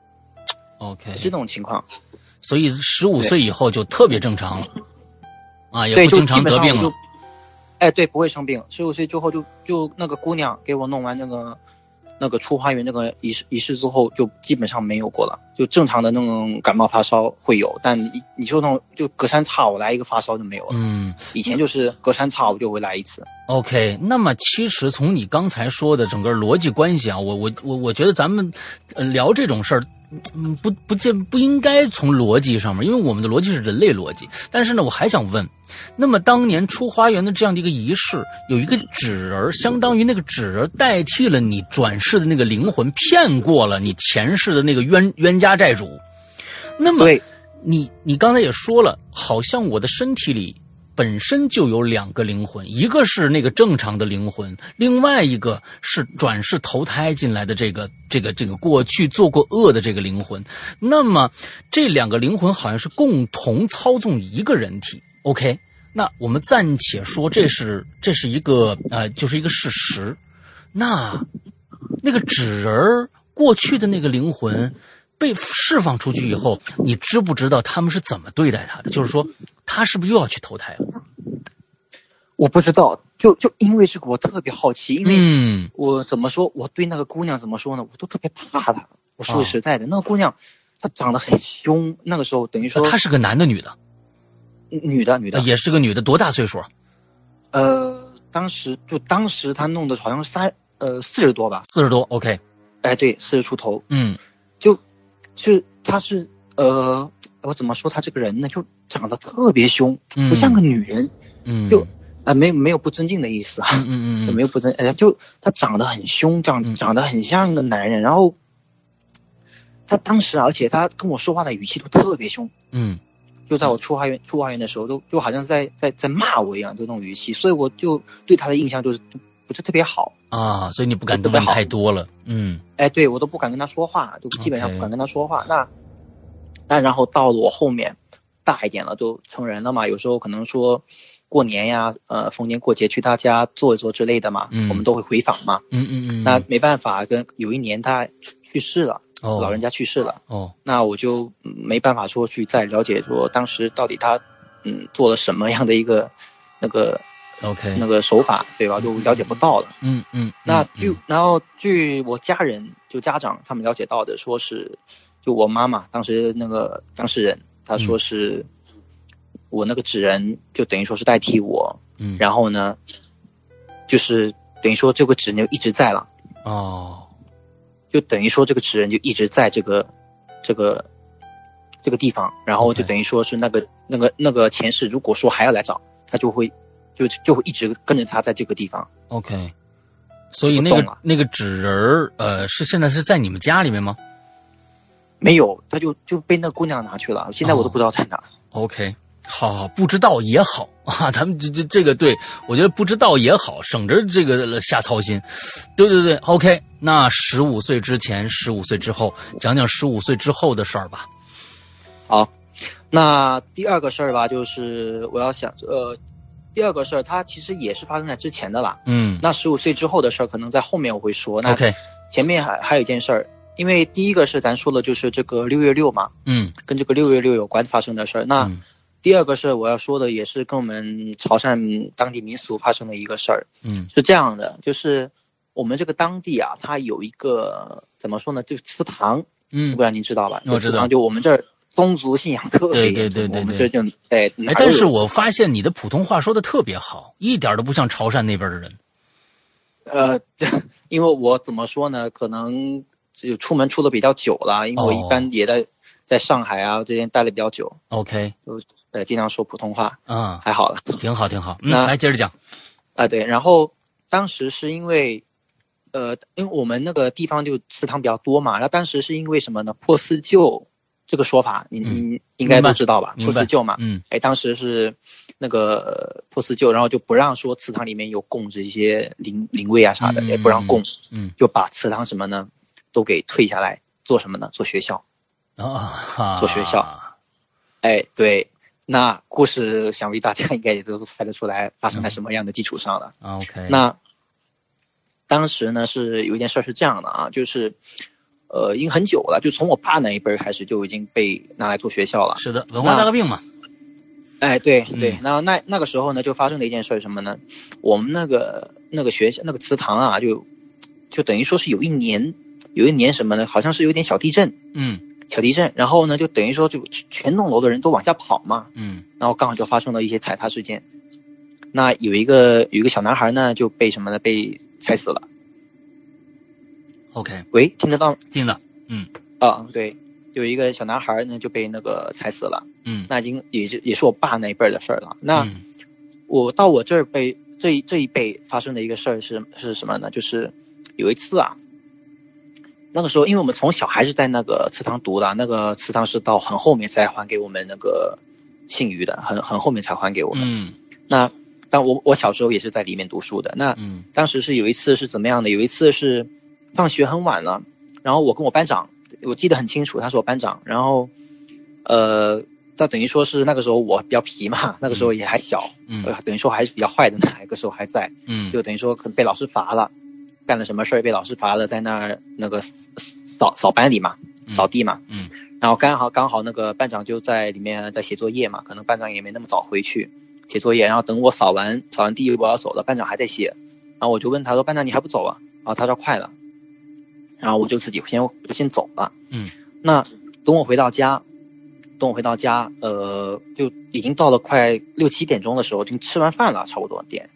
OK， 是这种情况。 所以十五岁以后就特别正常了，啊，也不经常得病了。 哎，对，不会生病。十五岁之后就就那个姑娘给我弄完那个。那个出花园那个仪式仪式之后，就基本上没有过了。就正常的那种感冒发烧会有，但你你说那种就隔三差五来一个发烧就没有了。 嗯， 以前就是隔三差五就会来一次。 OK， 那么其实从你刚才说的整个逻辑关系啊，我我我我觉得咱们呃聊这种事儿。嗯，不不见不应该从逻辑上面，因为我们的逻辑是人类逻辑。但是呢，我还想问，那么当年出花园的这样的一个仪式，有一个纸人，相当于那个纸人代替了你转世的那个灵魂，骗过了你前世的那个冤冤家债主。那么，你你刚才也说了，好像我的身体里本身就有两个灵魂，一个是那个正常的灵魂，另外一个是转世投胎进来的这个这个这个过去做过恶的这个灵魂。那么这两个灵魂好像是共同操纵一个人体。OK， 那我们暂且说这是这是一个呃就是一个事实。那那个纸人过去的那个灵魂被释放出去以后，你知不知道他们是怎么对待他的？就是说，他是不是又要去投胎了？ 我不知道，就就因为这个我特别好奇，因为我怎么说，我对那个姑娘怎么说呢？我都特别怕她。我说实在的，哦、那个姑娘她长得很凶，那个时候等于说她是个男的女的？ 女的，女的， 也是个女的，多大岁数？ 呃，当时就当时她弄的好像三呃四十多吧， 四十多 ，OK。 哎，对，四十出头， 嗯， 就。就他是呃，我怎么说他这个人呢？就长得特别凶，不像个女人， 嗯， 就啊、呃、没有没有不尊敬的意思啊， 嗯嗯嗯， 没有不尊，哎，就他长得很凶，长长得很像个男人，然后他当时而且他跟我说话的语气都特别凶， 嗯， 就在我出花园出花园的时候，都就好像在在在骂我一样，就那种语气，所以我就对他的印象就是不是特别好啊，所以你不敢问太多了，嗯， 哎，对我都不敢跟他说话，就基本上不敢跟他说话。Okay. 那那然后到了我后面大一点了，就成人了嘛，有时候可能说过年呀，呃，逢年过节去他家坐一坐之类的嘛，嗯、我们都会回访嘛， 嗯嗯嗯， 那没办法，跟有一年他去世了。 哦， 老人家去世了。 哦， 那我就没办法说去再了解说当时到底他嗯做了什么样的一个那个 OK 那个手法，对吧？就了解不到了。 嗯嗯。嗯那据、嗯、然后据我家人就家长他们了解到的，说是就我妈妈当时那个当事人，他说是我那个纸人就等于说是代替我，嗯，然后呢，就是等于说这个纸人就一直在了。 哦。 就等于说这个纸人就一直在这个这个这个地方，然后就等于说是那个、okay. 那个那个前世如果说还要来找他，就会就就会一直跟着他在这个地方。 OK， 所以那个那个纸人呃是现在是在你们家里面吗？ 没有，他就就被那个姑娘拿去了，现在我都不知道在哪。 oh. OK， 好好，不知道也好啊，咱们这这这个对我觉得不知道也好，省着这个瞎操心。对对对 OK， 那十五岁之前十五岁之后，讲讲十五岁之后的事儿吧。 好，那第二个事儿吧，就是我要想呃第二个事儿它其实也是发生在之前的啦。 嗯， 那十五岁之后的事儿可能在后面我会说。那 OK， 前面还还有一件事儿，因为第一个是咱说的就是这个六月六嘛， 嗯， 跟这个六月六有关发生的事儿。那、嗯第二个事我要说的也是跟我们潮汕当地民俗发生的一个事儿， 嗯， 是这样的，就是我们这个当地啊，它有一个怎么说呢，就祠堂， 嗯， 不知道您知道吧？ 我知道， 祠堂就我们这儿宗族信仰特别严重， 对对对对对， 我们这就哎， 哎，但是我发现你的普通话说的特别好，一点都不像潮汕那边的人。 呃，这因为我怎么说呢？可能就出门出的比较久了，因为我一般也在、哦、在上海啊这边待的比较久。 OK。 呃，经常说普通话， 嗯， 还好了， 挺好，挺好。嗯，来接着讲。 啊、呃，对，然后当时是因为，呃，因为我们那个地方就祠堂比较多嘛，然后当时是因为什么呢？破四旧这个说法，你你、嗯、应该都知道吧？破四旧嘛， 嗯， 哎，当时是那个破四旧，然后就不让说祠堂里面有供这些灵灵位啊啥的， 嗯、 也不让供， 嗯， 就把祠堂什么呢都给退下来，做什么呢？做学校， 啊， 做学校，哎，对。那故事想必大家应该也都猜得出来发生在什么样的基础上了。 嗯、OK， 那当时呢是有一件事是这样的啊，就是呃已经很久了，就从我爸那一辈开始就已经被拿来做学校了。 是的，文化大革命嘛。 哎，对对，那、嗯、那那个时候呢就发生了一件事什么呢？我们那个那个学校那个祠堂啊，就就等于说是有一年有一年什么呢？好像是有点小地震。 嗯。 小地震，然后呢，就等于说就全栋楼的人都往下跑嘛， 嗯， 然后刚好就发生了一些踩踏事件。那有一个有一个小男孩呢，就被什么呢？被踩死了。 OK， 喂，听得到？ 听得，嗯， 啊，对，有一个小男孩呢就被那个踩死了， 嗯， 那已经也是也是我爸那一辈的事儿了。那、 嗯、 我到我这儿被这这一辈发生的一个事儿是是什么呢？就是有一次啊。那个时候，因为我们从小还是在那个祠堂读的，那个祠堂是到很后面才还给我们那个姓余的，很很后面才还给我们。 嗯， 那但我我小时候也是在里面读书的。那嗯， 当时是有一次是怎么样的？有一次是放学很晚了，然后我跟我班长，我记得很清楚，他是我班长。然后，呃，他等于说是那个时候我比较皮嘛，那个时候也还小， 嗯， 呃、等于说还是比较坏的那个时候还在， 嗯， 就等于说可能被老师罚了。干了什么事儿被老师罚了，在那儿那个扫扫班里嘛，扫地嘛， 嗯， 然后刚好刚好那个班长就在里面在写作业嘛，可能班长也没那么早回去写作业，然后等我扫完扫完地我要走了，班长还在写，然后我就问他说：“班长你还不走啊？”然后他说：“快了。”然后我就自己先我就先走了， 嗯， 那等我回到家，等我回到家，呃，就已经到了快六七点钟的时候，已经吃完饭了，差不多点。然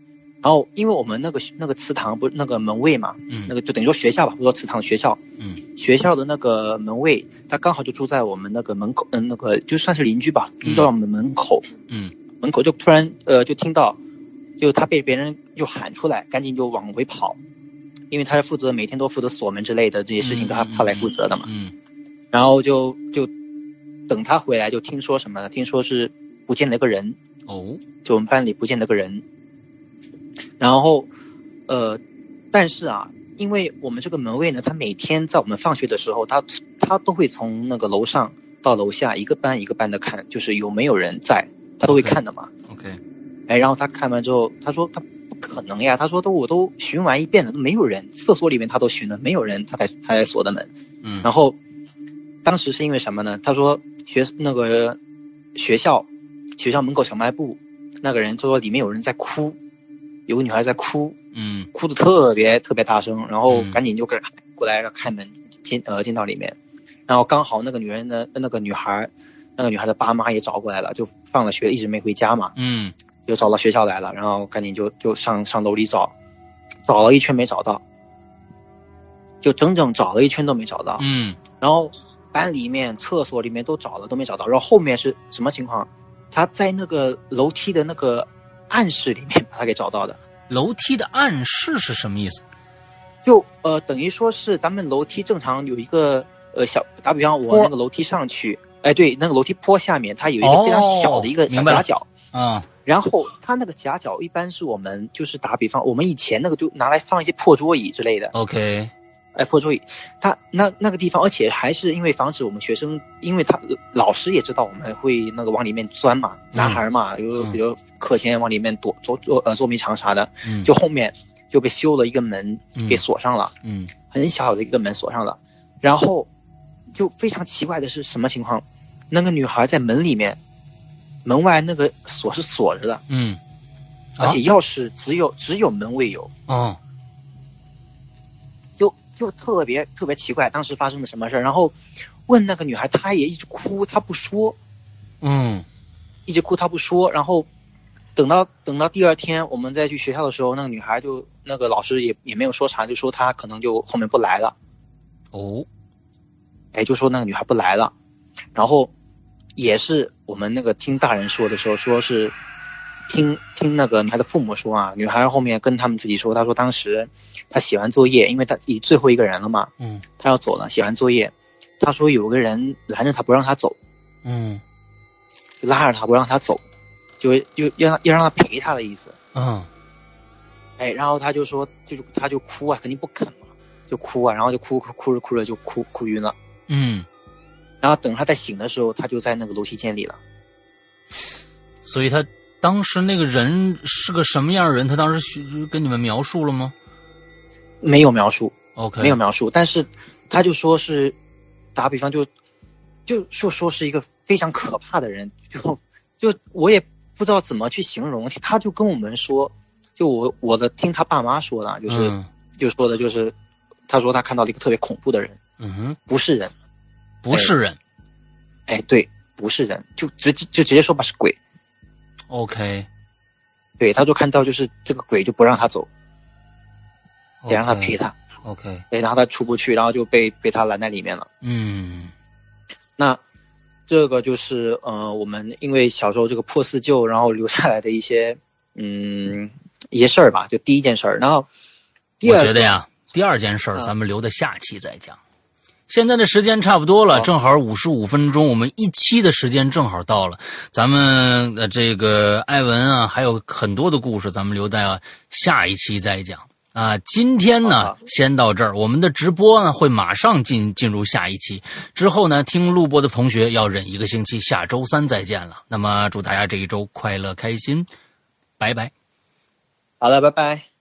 然后因为我们那个那个祠堂不是那个门卫嘛，嗯，那个就等于说学校吧，不说祠堂学校，嗯，学校的那个门卫他刚好就住在我们那个门口，嗯，那个就算是邻居吧，住在我们门口，嗯，门口就突然呃就听到，就他被别人就喊出来，赶紧就往回跑，因为他是负责每天都负责锁门之类的这些事情都他他来负责的嘛，嗯，然后就就等他回来就听说什么呢？听说是不见了个人哦，就我们班里不见了个人。然后，呃，但是啊，因为我们这个门卫呢，他每天在我们放学的时候，他他都会从那个楼上到楼下一个班一个班的看，就是有没有人在，他都会看的嘛。 OK。Okay. 哎，然后他看完之后，他说他不可能呀，他说都我都巡完一遍了，都没有人，厕所里面他都巡了，没有人，他才他才锁的门。嗯。然后，当时是因为什么呢？他说学那个学校学校门口小卖部那个人说里面有人在哭。有个女孩在哭，嗯，哭得特别特别大声，然后赶紧就跟过来让开门进呃进到里面，然后刚好那个女人的那个女孩，那个女孩的爸妈也找过来了，就放了学一直没回家嘛，嗯，就找到学校来了，然后赶紧就就上上楼里找，找了一圈没找到，就整整找了一圈都没找到，嗯，然后班里面厕所里面都找了都没找到，然后后面是什么情况？他在那个楼梯的那个暗室里面把他给找到的。 楼梯的暗室是什么意思？ 就呃等于说是咱们楼梯正常有一个呃小，打比方我那个楼梯上去，哎对，那个楼梯坡下面它有一个非常小的一个小夹角， 嗯， 然后它那个夹角一般是我们就是打比方我们以前那个就拿来放一些破桌椅之类的。 OK。 哎，破桌椅，他那那个地方，而且还是因为防止我们学生，因为他老师也知道我们会那个往里面钻嘛，嗯、男孩嘛，有比如课间往里面躲捉捉呃捉迷藏啥的，嗯，就后面就被修了一个门给锁上了，嗯，嗯很小的一个门锁上了，然后就非常奇怪的是什么情况？那个女孩在门里面，门外那个锁是锁着的，嗯，啊、而且钥匙只有只有门卫有， 哦。 就特别特别奇怪，当时发生了什么事儿？然后问那个女孩，她也一直哭，她不说， 嗯， 一直哭，她不说。然后等到等到第二天，我们再去学校的时候，那个女孩就那个老师也也没有说啥，就说她可能就后面不来了。 哦， 哎，就说那个女孩不来了。然后也是我们那个听大人说的时候，说是听听那个女孩的父母说啊，女孩后面跟他们自己说，她说当时。他写完作业，因为他已最后一个人了嘛，嗯，他要走了，写完作业，他说有个人拦着他不让他走， 嗯， 就拉着他不让他走，就又要要让他陪他的意思， 嗯， 哎，然后他就说，就他就哭啊，肯定不肯嘛，就哭啊，然后就哭哭哭着哭着就哭哭晕了， 嗯， 然后等他再醒的时候，他就在那个楼梯间里了， 所以他当时那个人是个什么样的人？他当时跟你们描述了吗？ 没有描述 ，OK， 没有描述，但是他就说是，打比方就，就就说是一个非常可怕的人，就就我也不知道怎么去形容，他就跟我们说，就我我的听他爸妈说的，就是、嗯、就说的就是，他说他看到了一个特别恐怖的人， 嗯哼， 不是人， 不是人， 哎，哎对，不是人，就直接就直接说吧是鬼 ，OK， 对，他就看到就是这个鬼就不让他走。得让他陪他 ，OK， 对，然后他出不去，然后就被被他拦在里面了。 嗯， 那这个就是呃，我们因为小时候这个破四旧，然后留下来的一些嗯一些事儿吧，就第一件事儿。然后第二， 我觉得呀，第二件事儿咱们留到下期再讲。嗯、现在的时间差不多了，正好五十五分钟，我们一期的时间正好到了。咱们的这个艾文啊，还有很多的故事，咱们留在下一期再讲。啊，今天呢，先到这儿。我们的直播呢，会马上进进入下一期。之后呢，听录播的同学要忍一个星期，下周三再见了。那么，祝大家这一周快乐开心，拜拜。 好了，拜拜。